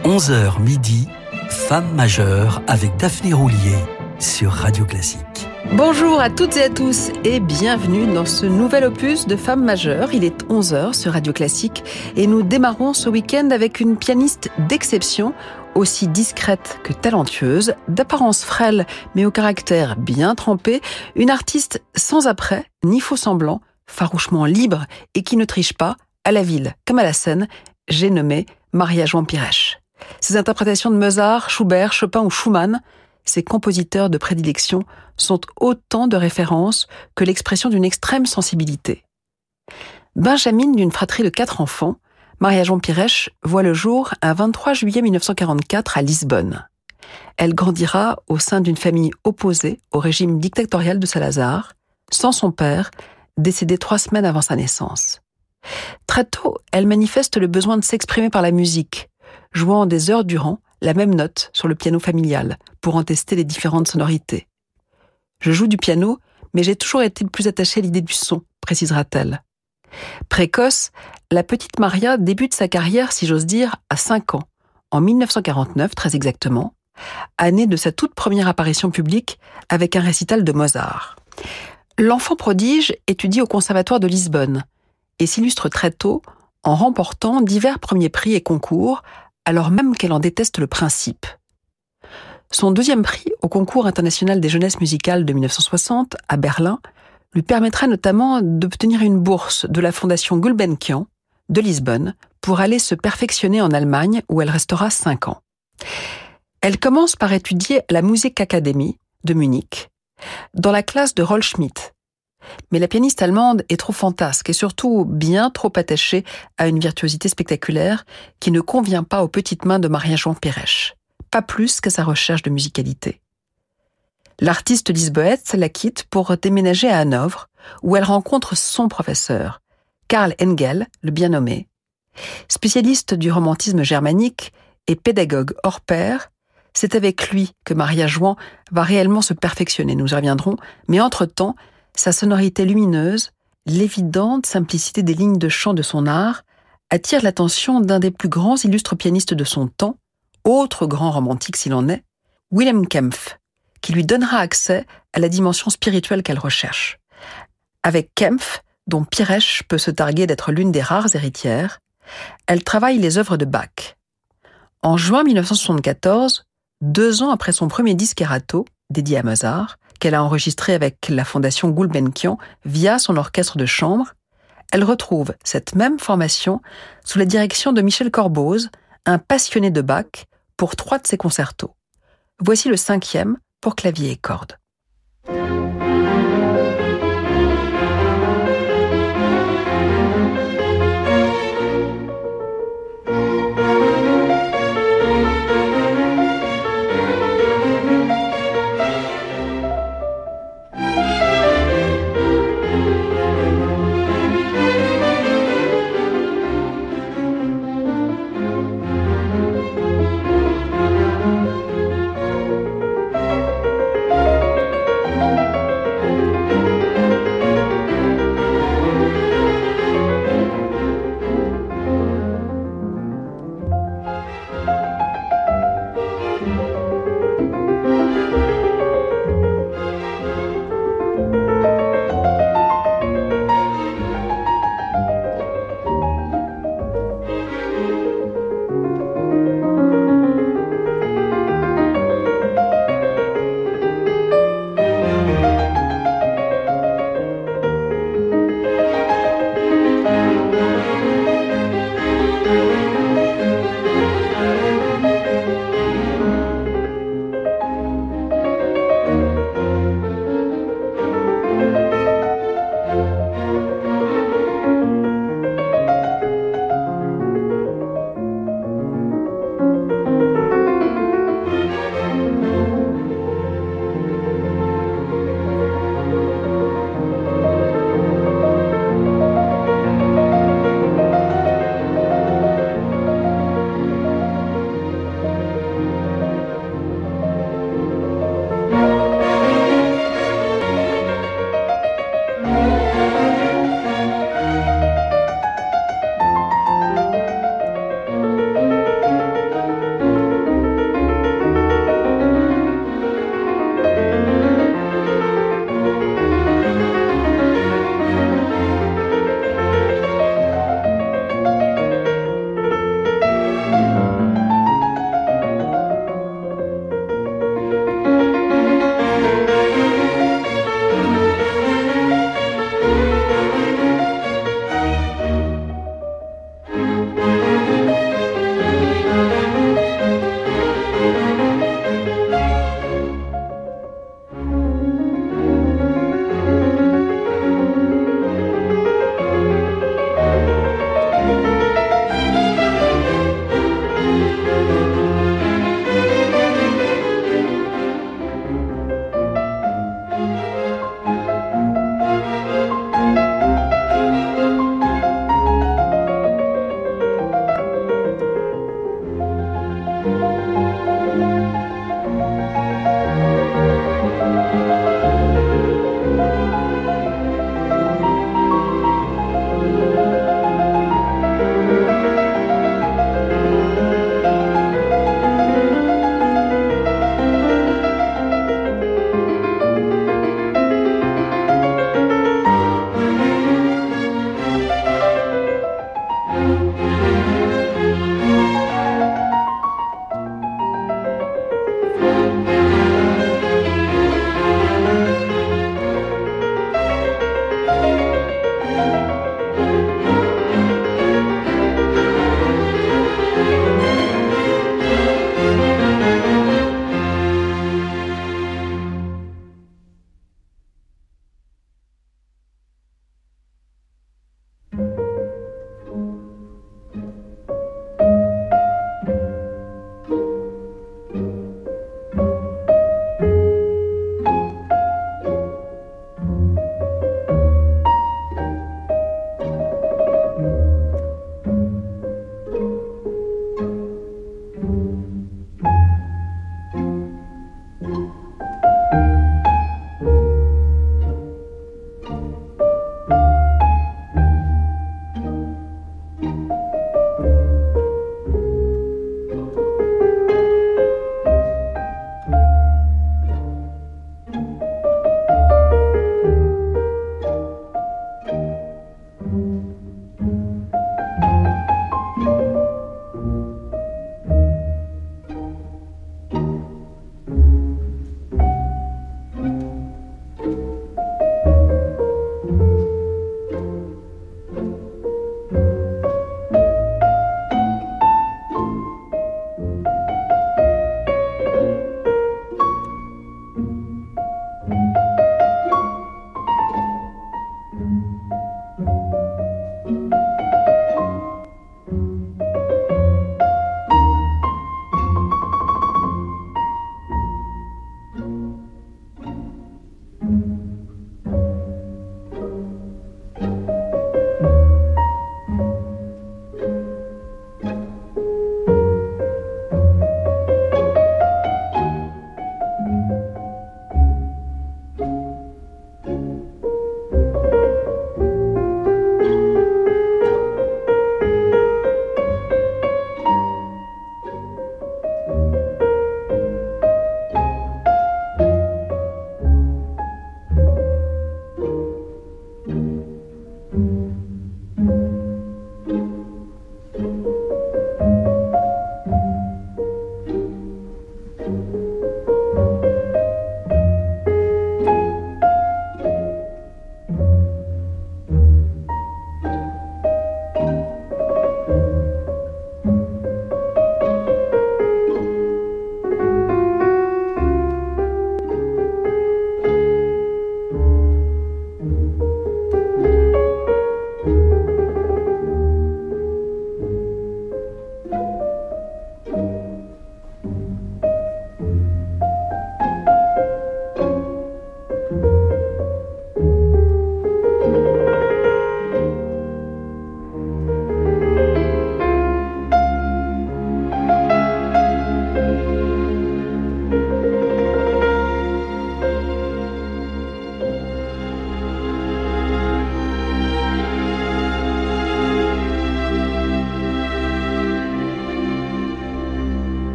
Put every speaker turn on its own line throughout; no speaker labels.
11h midi, Femme majeure avec Daphné Roulier sur Radio Classique.
Bonjour à toutes et à tous et bienvenue dans ce nouvel opus de Femme majeure. Il est 11h sur Radio Classique et nous démarrons ce week-end avec une pianiste d'exception, aussi discrète que talentueuse, d'apparence frêle mais au caractère bien trempé, une artiste sans après ni faux semblant, farouchement libre et qui ne triche pas, à la ville comme à la scène. J'ai nommé Maria-Joan Pires. Ses interprétations de Mozart, Schubert, Chopin ou Schumann, ses compositeurs de prédilection, sont autant de références que l'expression d'une extrême sensibilité. Benjamine d'une fratrie de 4 enfants, Maria-Joan Pires voit le jour un 23 juillet 1944 à Lisbonne. Elle grandira au sein d'une famille opposée au régime dictatorial de Salazar, sans son père, décédé 3 semaines avant sa naissance. Très tôt, elle manifeste le besoin de s'exprimer par la musique, jouant des heures durant la même note sur le piano familial pour en tester les différentes sonorités. Je joue du piano, mais j'ai toujours été plus attachée à l'idée du son, précisera-t-elle. Précoce, la petite Maria débute sa carrière, si j'ose dire, à 5 ans, en 1949 très exactement, année de sa toute première apparition publique avec un récital de Mozart. L'enfant prodige étudie au Conservatoire de Lisbonne et s'illustre très tôt en remportant divers premiers prix et concours, alors même qu'elle en déteste le principe. Son 2e prix au concours international des jeunesses musicales de 1960, à Berlin, lui permettra notamment d'obtenir une bourse de la Fondation Gulbenkian de Lisbonne pour aller se perfectionner en Allemagne où elle restera 5 ans. Elle commence par étudier à la Musikakademie de Munich, dans la classe de Roll Schmidt. Mais la pianiste allemande est trop fantasque et surtout bien trop attachée à une virtuosité spectaculaire qui ne convient pas aux petites mains de Maria-Joan Pires, pas plus qu'à sa recherche de musicalité. L'artiste lisboète la quitte pour déménager à Hanovre, où elle rencontre son professeur, Karl Engel, le bien nommé. Spécialiste du romantisme germanique et pédagogue hors pair, c'est avec lui que Maria-Joan va réellement se perfectionner, nous y reviendrons, mais entre-temps, sa sonorité lumineuse, l'évidente simplicité des lignes de chant de son art, attire l'attention d'un des plus grands illustres pianistes de son temps, autre grand romantique s'il en est, Wilhelm Kempff, qui lui donnera accès à la dimension spirituelle qu'elle recherche. Avec Kempff, dont Pires peut se targuer d'être l'une des rares héritières, elle travaille les œuvres de Bach. En juin 1974, 2 ans après son premier disque Erato, dédié à Mozart, qu'elle a enregistré avec la Fondation Gulbenkian via son orchestre de chambre, elle retrouve cette même formation sous la direction de Michel Corboz, un passionné de Bach, pour 3 de ses concertos. Voici le 5e pour clavier et cordes.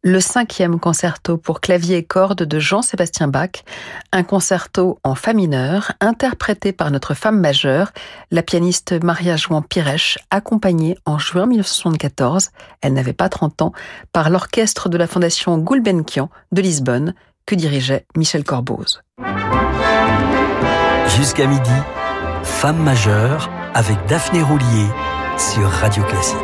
le 5e concerto pour clavier et cordes de Jean-Sébastien Bach, un concerto en fa mineur interprété par notre femme majeure, la pianiste Maria João Pires, accompagnée en juin 1974, elle n'avait pas 30 ans, par l'orchestre de la Fondation Gulbenkian de Lisbonne, que dirigeait Michel Corboz.
Jusqu'à midi, Femme majeure avec Daphné Roulier sur Radio Classique.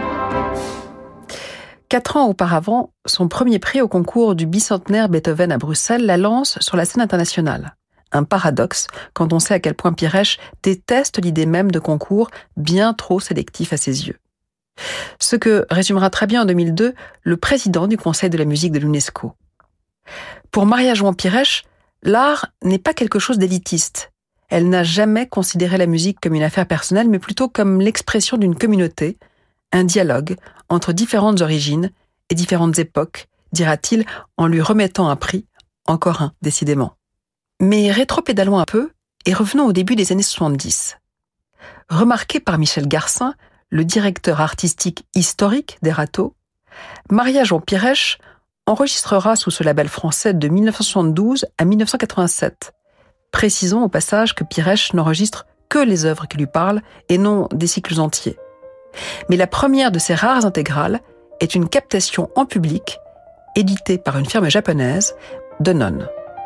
4 ans auparavant, son premier prix au concours du bicentenaire Beethoven à Bruxelles la lance sur la scène internationale. Un paradoxe quand on sait à quel point Pires déteste l'idée même de concours bien trop sélectif à ses yeux. Ce que résumera très bien en 2002 le président du Conseil de la musique de l'UNESCO. Pour Maria João Pires, l'art n'est pas quelque chose d'élitiste. Elle n'a jamais considéré la musique comme une affaire personnelle, mais plutôt comme l'expression d'une communauté, un dialogue entre différentes origines et différentes époques, dira-t-il en lui remettant un prix, encore un, décidément. Mais rétropédalons un peu et revenons au début des années 70. Remarqué par Michel Garcin, le directeur artistique historique d'Erato, Maria João Pires enregistrera sous ce label français de 1972 à 1987. Précisons au passage que Pires n'enregistre que les œuvres qui lui parlent et non des cycles entiers. Mais la première de ces rares intégrales est une captation en public, éditée par une firme japonaise, Denon.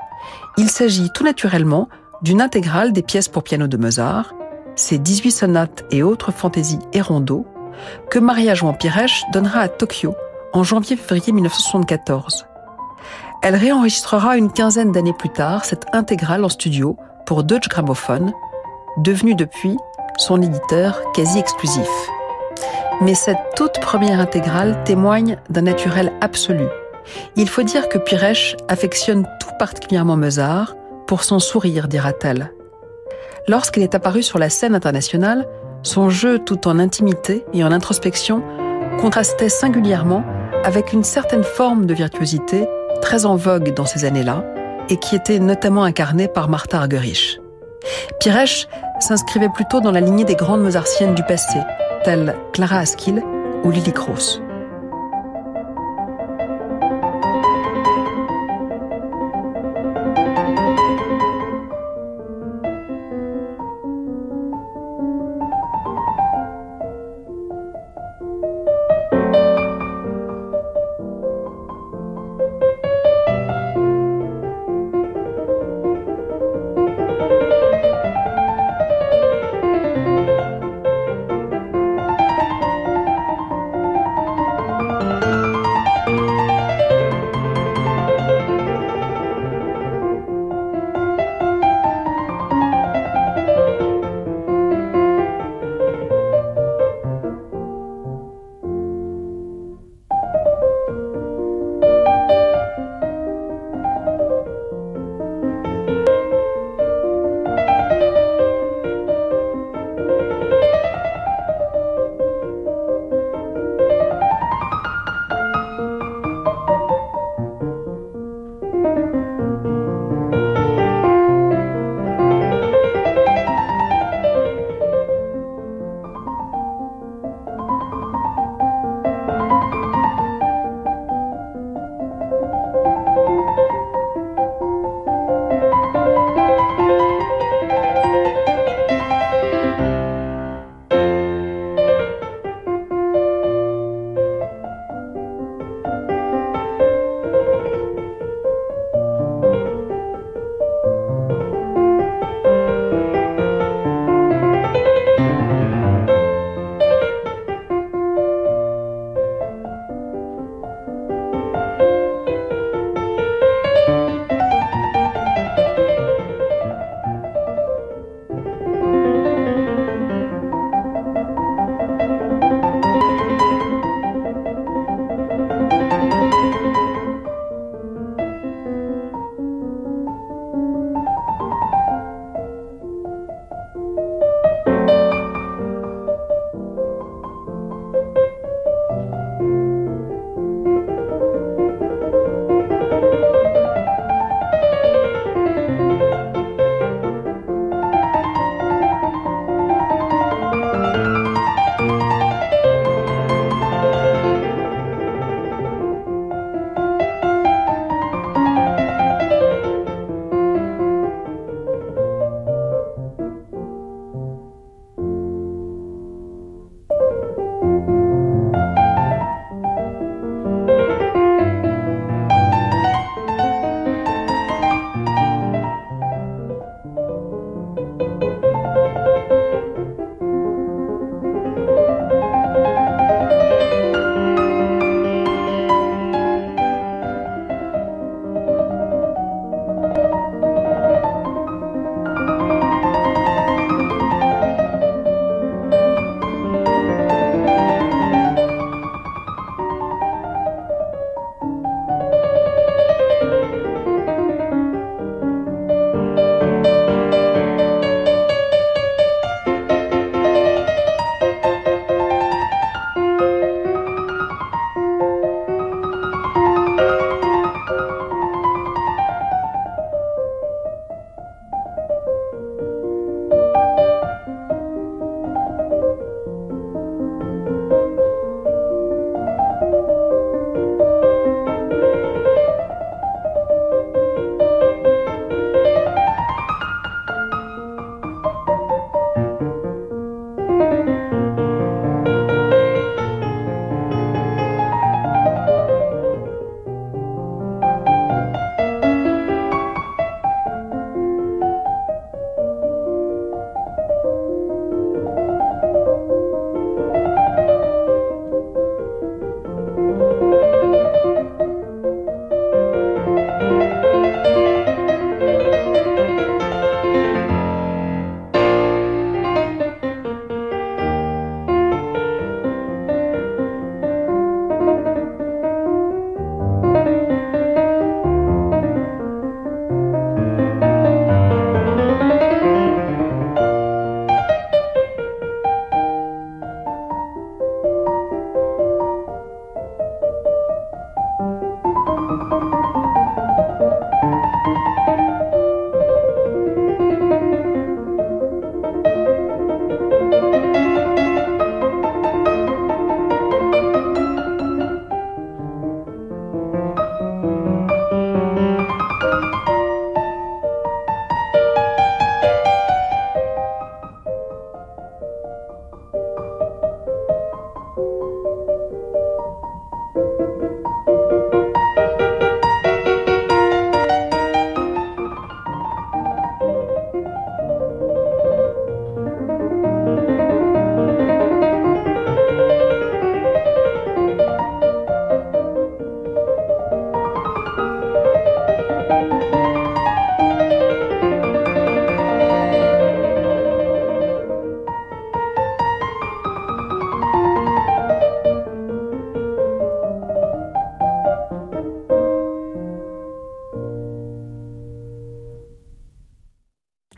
Il s'agit tout naturellement d'une intégrale des pièces pour piano de Mozart, ses 18 sonates et autres fantaisies et rondeaux, que Maria João Pires donnera à Tokyo en janvier-février 1974. Elle réenregistrera une quinzaine d'années plus tard cette intégrale en studio pour Deutsche Grammophon, devenu depuis son éditeur quasi exclusif. Mais cette toute première intégrale témoigne d'un naturel absolu. Il faut dire que Pires affectionne tout particulièrement Mozart pour son sourire, dira-t-elle. Lorsqu'elle est apparue sur la scène internationale, son jeu tout en intimité et en introspection contrastait singulièrement avec une certaine forme de virtuosité très en vogue dans ces années-là et qui était notamment incarnée par Martha Argerich. Pires s'inscrivait plutôt dans la lignée des grandes mozartiennes du passé, telles Clara Askill ou Lily Krauss.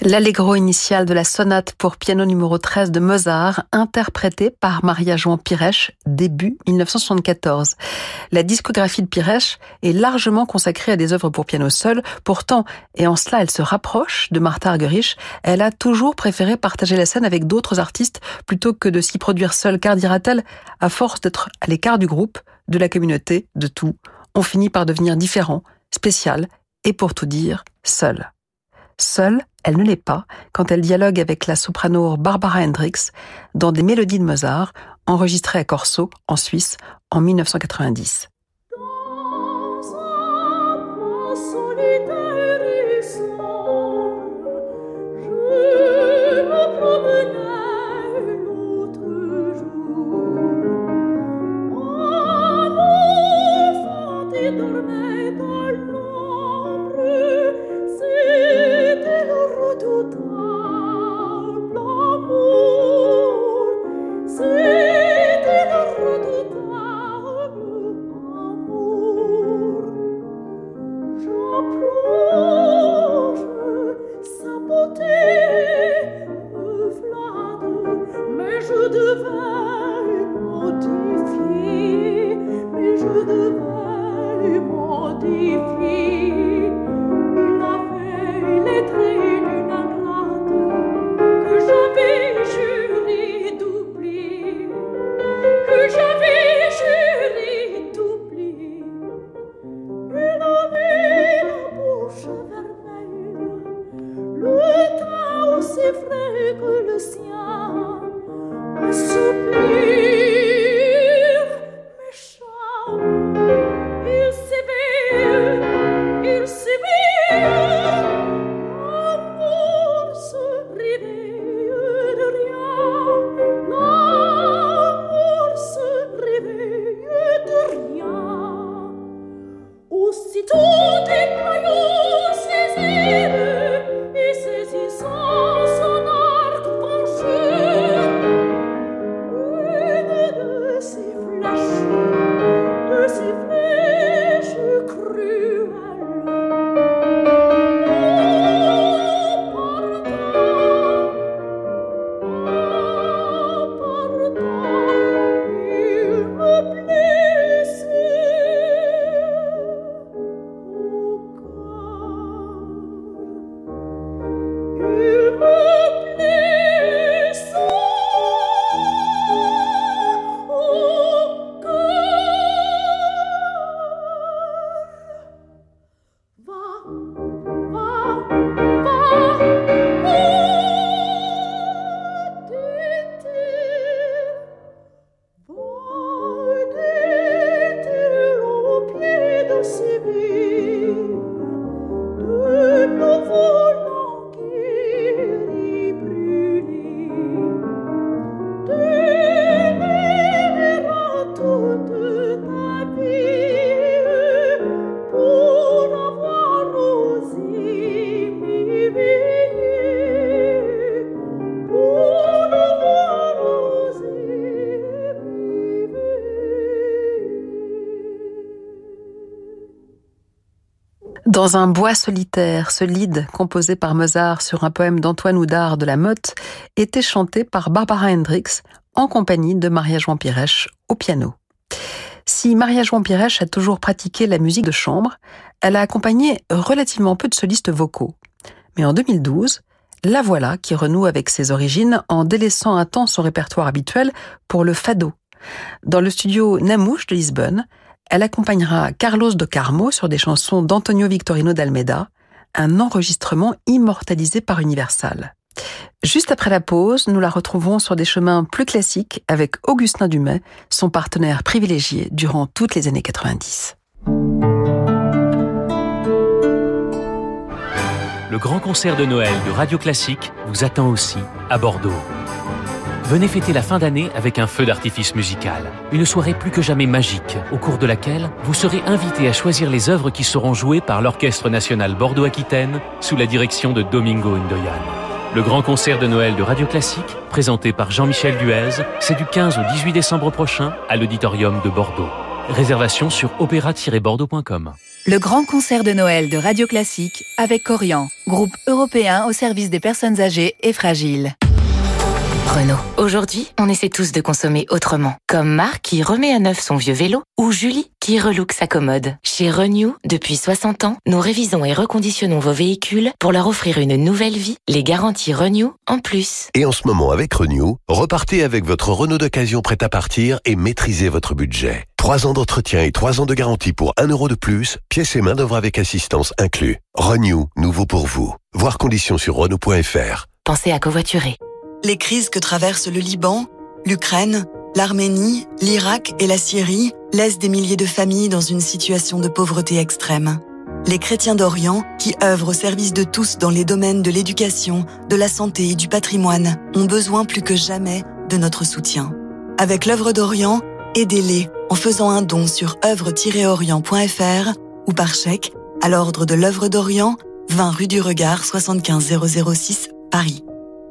L'allegro initial de la sonate pour piano numéro 13 de Mozart, interprété par Maria-Joan Pires, début 1974. La discographie de Pires est largement consacrée à des œuvres pour piano seul. Pourtant, et en cela elle se rapproche de Martha Argerich, elle a toujours préféré partager la scène avec d'autres artistes plutôt que de s'y produire seule, car, dira-t-elle, à force d'être à l'écart du groupe, de la communauté, de tout, on finit par devenir différent, spécial et, pour tout dire, seul. Seule, elle ne l'est pas quand elle dialogue avec la soprano Barbara Hendricks dans des mélodies de Mozart enregistrées à Corso, en Suisse, en 1990. Dans un bois solitaire, ce lied, composé par Mozart sur un poème d'Antoine Oudard de la Motte, était chanté par Barbara Hendricks en compagnie de Maria-Joan Pires au piano. Si Maria-Joan Pires a toujours pratiqué la musique de chambre, elle a accompagné relativement peu de solistes vocaux. Mais en 2012, la voilà qui renoue avec ses origines en délaissant un temps son répertoire habituel pour le fado. Dans le studio Namouche de Lisbonne, elle accompagnera Carlos do Carmo sur des chansons d'Antonio Victorino d'Almeida, un enregistrement immortalisé par Universal. Juste après la pause, nous la retrouvons sur des chemins plus classiques avec Augustin Dumay, son partenaire privilégié durant toutes les années 90.
Le grand concert de Noël de Radio Classique vous attend aussi à Bordeaux. Venez fêter la fin d'année avec un feu d'artifice musical. Une soirée plus que jamais magique, au cours de laquelle vous serez invité à choisir les œuvres qui seront jouées par l'Orchestre National Bordeaux-Aquitaine sous la direction de Domingo Ndoyan. Le grand concert de Noël de Radio Classique, présenté par Jean-Michel Duez, c'est du 15 au 18 décembre prochain à l'Auditorium de Bordeaux. Réservation sur opéra-bordeaux.com.
Le grand concert de Noël de Radio Classique avec Corian, groupe européen au service des personnes âgées et fragiles.
Renault. Aujourd'hui, on essaie tous de consommer autrement. Comme Marc qui remet à neuf son vieux vélo ou Julie qui relook sa commode. Chez Renew, depuis 60 ans, nous révisons et reconditionnons vos véhicules pour leur offrir une nouvelle vie. Les garanties Renew en plus.
Et en ce moment, avec Renew, repartez avec votre Renault d'occasion prêt à partir et maîtrisez votre budget. 3 ans d'entretien et 3 ans de garantie pour 1 euro de plus, pièces et main d'œuvre avec assistance inclus. Renew, nouveau pour vous. Voir conditions sur Renault.fr.
Pensez à covoiturer.
Les crises que traversent le Liban, l'Ukraine, l'Arménie, l'Irak et la Syrie laissent des milliers de familles dans une situation de pauvreté extrême. Les chrétiens d'Orient, qui œuvrent au service de tous dans les domaines de l'éducation, de la santé et du patrimoine, ont besoin plus que jamais de notre soutien. Avec l'œuvre d'Orient, aidez-les en faisant un don sur œuvre-orient.fr ou par chèque à l'ordre de l'œuvre d'Orient, 20 rue du Regard, 75 006, Paris.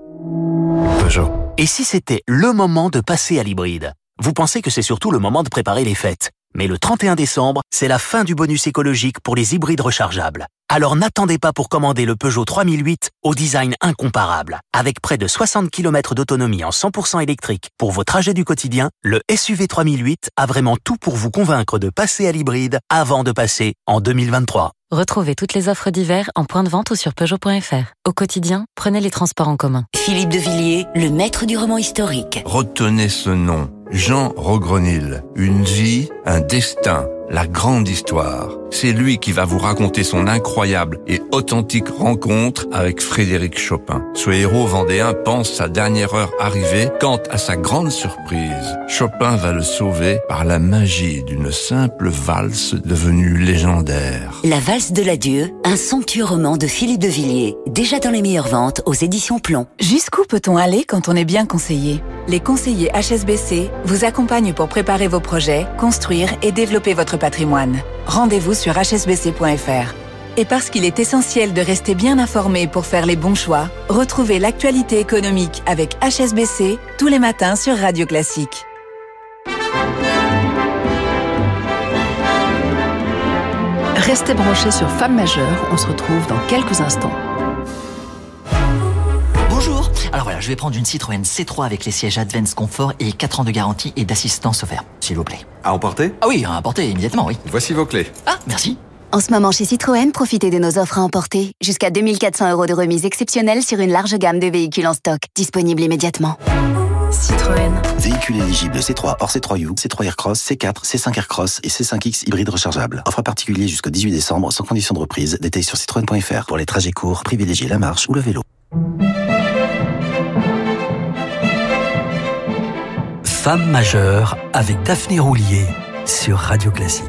Peugeot. Et si c'était le moment de passer à l'hybride ? Vous pensez que c'est surtout le moment de préparer les fêtes. Mais le 31 décembre, c'est la fin du bonus écologique pour les hybrides rechargeables. Alors n'attendez pas pour commander le Peugeot 3008 au design incomparable. Avec près de 60 km d'autonomie en 100% électrique pour vos trajets du quotidien, le SUV 3008 a vraiment tout pour vous convaincre de passer à l'hybride avant de passer en 2023.
Retrouvez toutes les offres d'hiver en point de vente ou sur Peugeot.fr. Au quotidien, prenez les transports en commun.
Philippe de Villiers, le maître du roman historique.
Retenez ce nom, Jean Rogronil. Une vie, un destin, la grande histoire. C'est lui qui va vous raconter son incroyable et authentique rencontre avec Frédéric Chopin. Ce héros vendéen pense sa dernière heure arrivée quand, à sa grande surprise, Chopin va le sauver par la magie d'une simple valse devenue légendaire.
La valse de l'adieu, un somptueux roman de Philippe de Villiers, déjà dans les meilleures ventes aux éditions Plomb.
Jusqu'où peut-on aller quand on est bien conseillé ? Les conseillers HSBC vous accompagnent pour préparer vos projets, construire et développer votre patrimoine. Rendez-vous sur hsbc.fr. Et parce qu'il est essentiel de rester bien informé pour faire les bons choix, retrouvez l'actualité économique avec HSBC tous les matins sur Radio Classique.
Restez branchés sur Femmes Majeures, on se retrouve dans quelques instants.
Bonjour. Alors voilà, je vais prendre une Citroën C3 avec les sièges Advance Comfort et 4 ans de garantie et d'assistance offerte, s'il vous plaît.
À emporter ?
Ah oui, à emporter immédiatement, oui.
Voici vos clés.
Ah, merci.
En ce moment chez Citroën, profitez de nos offres à emporter. Jusqu'à 2 400 € de remise exceptionnelle sur une large gamme de véhicules en stock. Disponible immédiatement.
Citroën.
Véhicule éligible C3 hors C3U, C3 Aircross, C4, C5 Aircross et C5X hybride rechargeable. Offre particulier jusqu'au 18 décembre sans condition de reprise. Détails sur citroën.fr. Pour les trajets courts, privilégiez la marche ou le vélo.
Femmes majeures avec Daphné Roulier sur Radio Classique.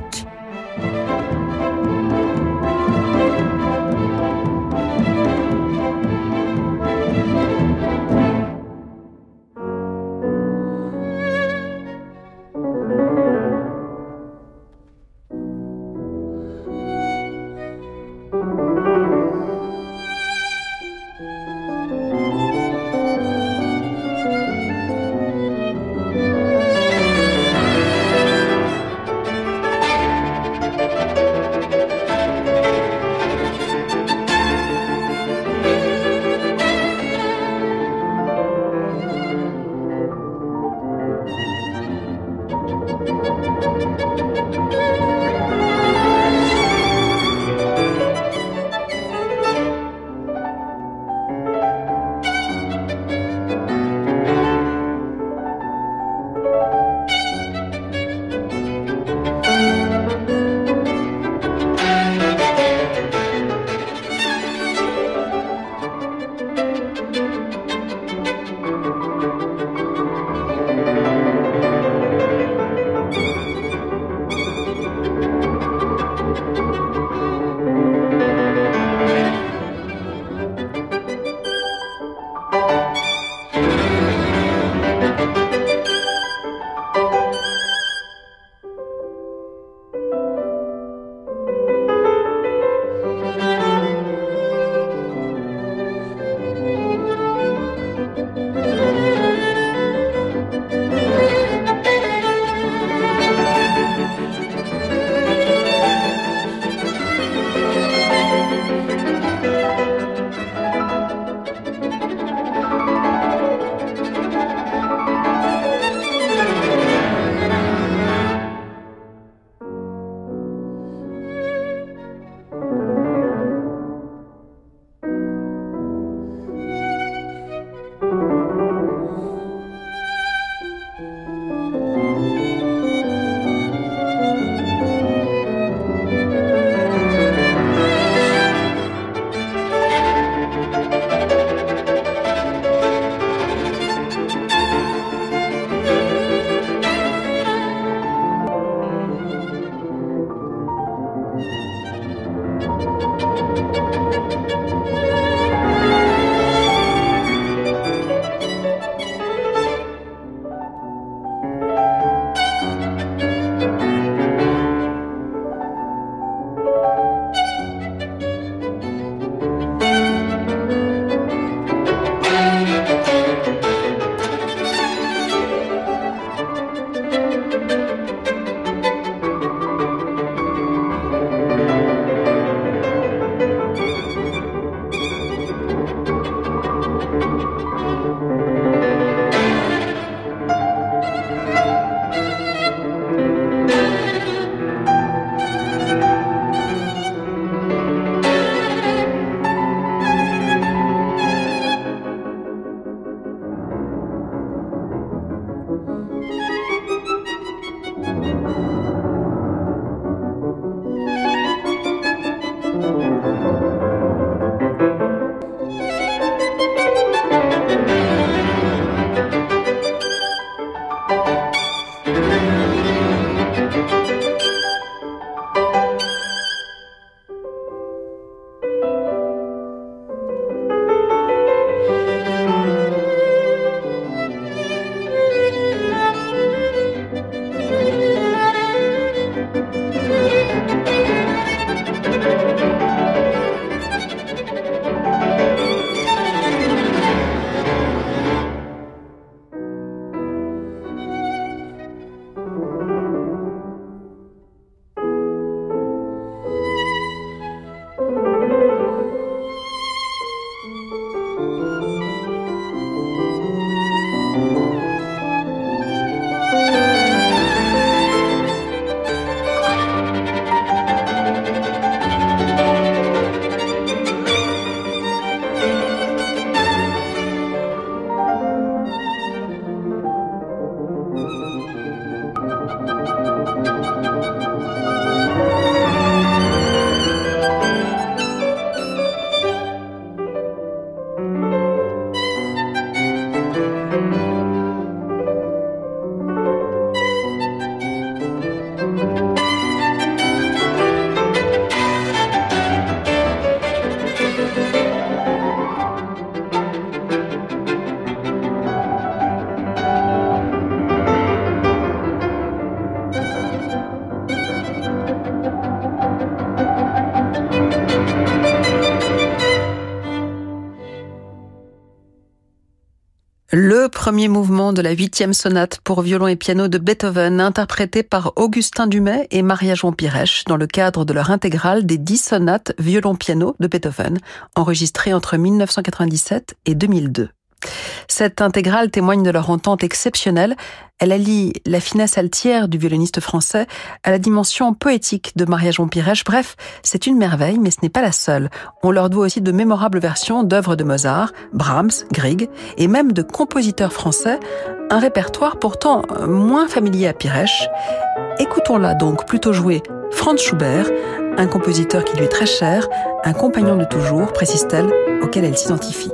le premier mouvement de la 8e sonate pour violon et piano de Beethoven, interprété par Augustin Dumay et Maria-Joan Pirèche dans le cadre de leur intégrale des 10 sonates violon-piano de Beethoven, enregistrées entre 1997 et 2002. Cette intégrale témoigne de leur entente exceptionnelle. Elle allie la finesse altière du violoniste français à la dimension poétique de Maria-Joan Pirèche. Bref, c'est une merveille, mais ce n'est pas la seule. On leur doit aussi de mémorables versions d'œuvres de Mozart, Brahms, Grieg et même de compositeurs français, un répertoire pourtant moins familier à Pirèche. Écoutons-la donc plutôt jouer Franz Schubert, un compositeur qui lui est très cher, un compagnon de toujours, précise-t-elle, auquel elle s'identifie.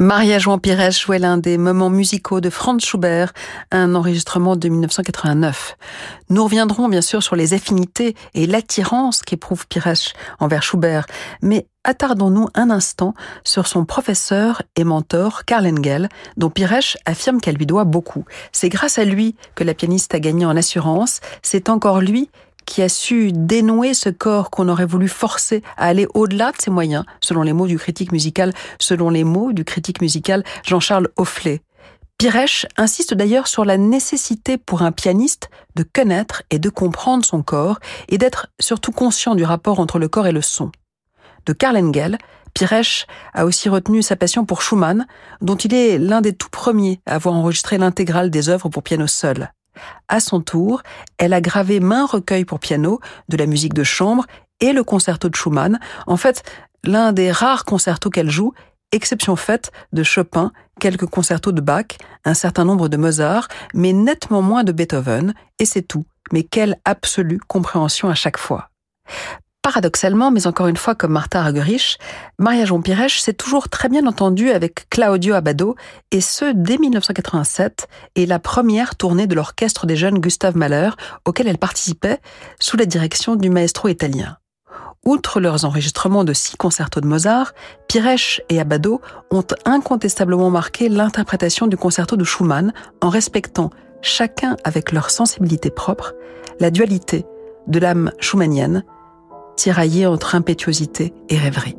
Maria-Joan Pires jouait l'un des moments musicaux de Franz Schubert, un enregistrement de 1989. Nous reviendrons bien sûr sur les affinités et l'attirance qu'éprouve Pires envers Schubert, mais attardons-nous un instant sur son professeur et mentor Karl Engel, dont Pires affirme qu'elle lui doit beaucoup. C'est grâce à lui que la pianiste a gagné en assurance, c'est encore lui qui a su dénouer ce corps qu'on aurait voulu forcer à aller au-delà de ses moyens, selon les mots du critique musical Jean-Charles Offlet. Pires insiste d'ailleurs sur la nécessité pour un pianiste de connaître et de comprendre son corps et d'être surtout conscient du rapport entre le corps et le son. De Karl Engel, Pires a aussi retenu sa passion pour Schumann, dont il est l'un des tout premiers à avoir enregistré l'intégrale des œuvres pour piano seul. À son tour, elle a gravé maints recueils pour piano, de la musique de chambre et le concerto de Schumann. En fait, l'un des rares concertos qu'elle joue, exception faite de Chopin, quelques concertos de Bach, un certain nombre de Mozart, mais nettement moins de Beethoven, et c'est tout. Mais quelle absolue compréhension à chaque fois. Paradoxalement, mais encore une fois comme Martha Argerich, Maria-Joan Pires s'est toujours très bien entendue avec Claudio Abbado, et ce, dès 1987, et la première tournée de l'orchestre des jeunes Gustav Mahler, auquel elle participait sous la direction du maestro italien. Outre leurs enregistrements de 6 concertos de Mozart, Pires et Abbado ont incontestablement marqué l'interprétation du concerto de Schumann en respectant, chacun avec leur sensibilité propre, la dualité de l'âme schumannienne, tiraillée entre impétuosité et rêverie.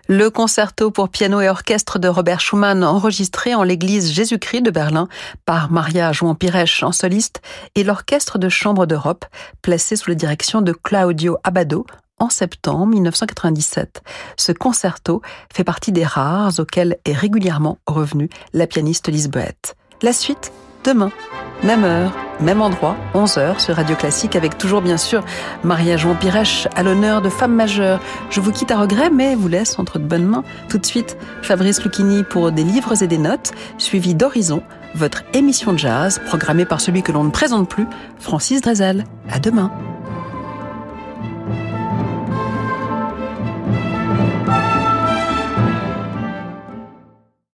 Le concerto pour piano et orchestre de Robert Schumann, enregistré en l'église Jésus-Christ de Berlin par Maria Jouan-Piresh en soliste, et l'orchestre de chambre d'Europe, placé sous la direction de Claudio Abbado en septembre 1997. Ce concerto fait partie des rares auxquels est régulièrement revenue la pianiste lisboète. La suite, demain. Même heure, même endroit, 11h sur Radio Classique, avec toujours bien sûr Maria Jouan-Piresh à l'honneur de Femme majeure. Je vous quitte à regret, mais vous laisse entre de bonnes mains. Tout de suite, Fabrice Lucchini pour des livres et des notes, suivi d'Horizon, votre émission de jazz, programmée par celui que l'on ne présente plus, Francis Drezel. À demain.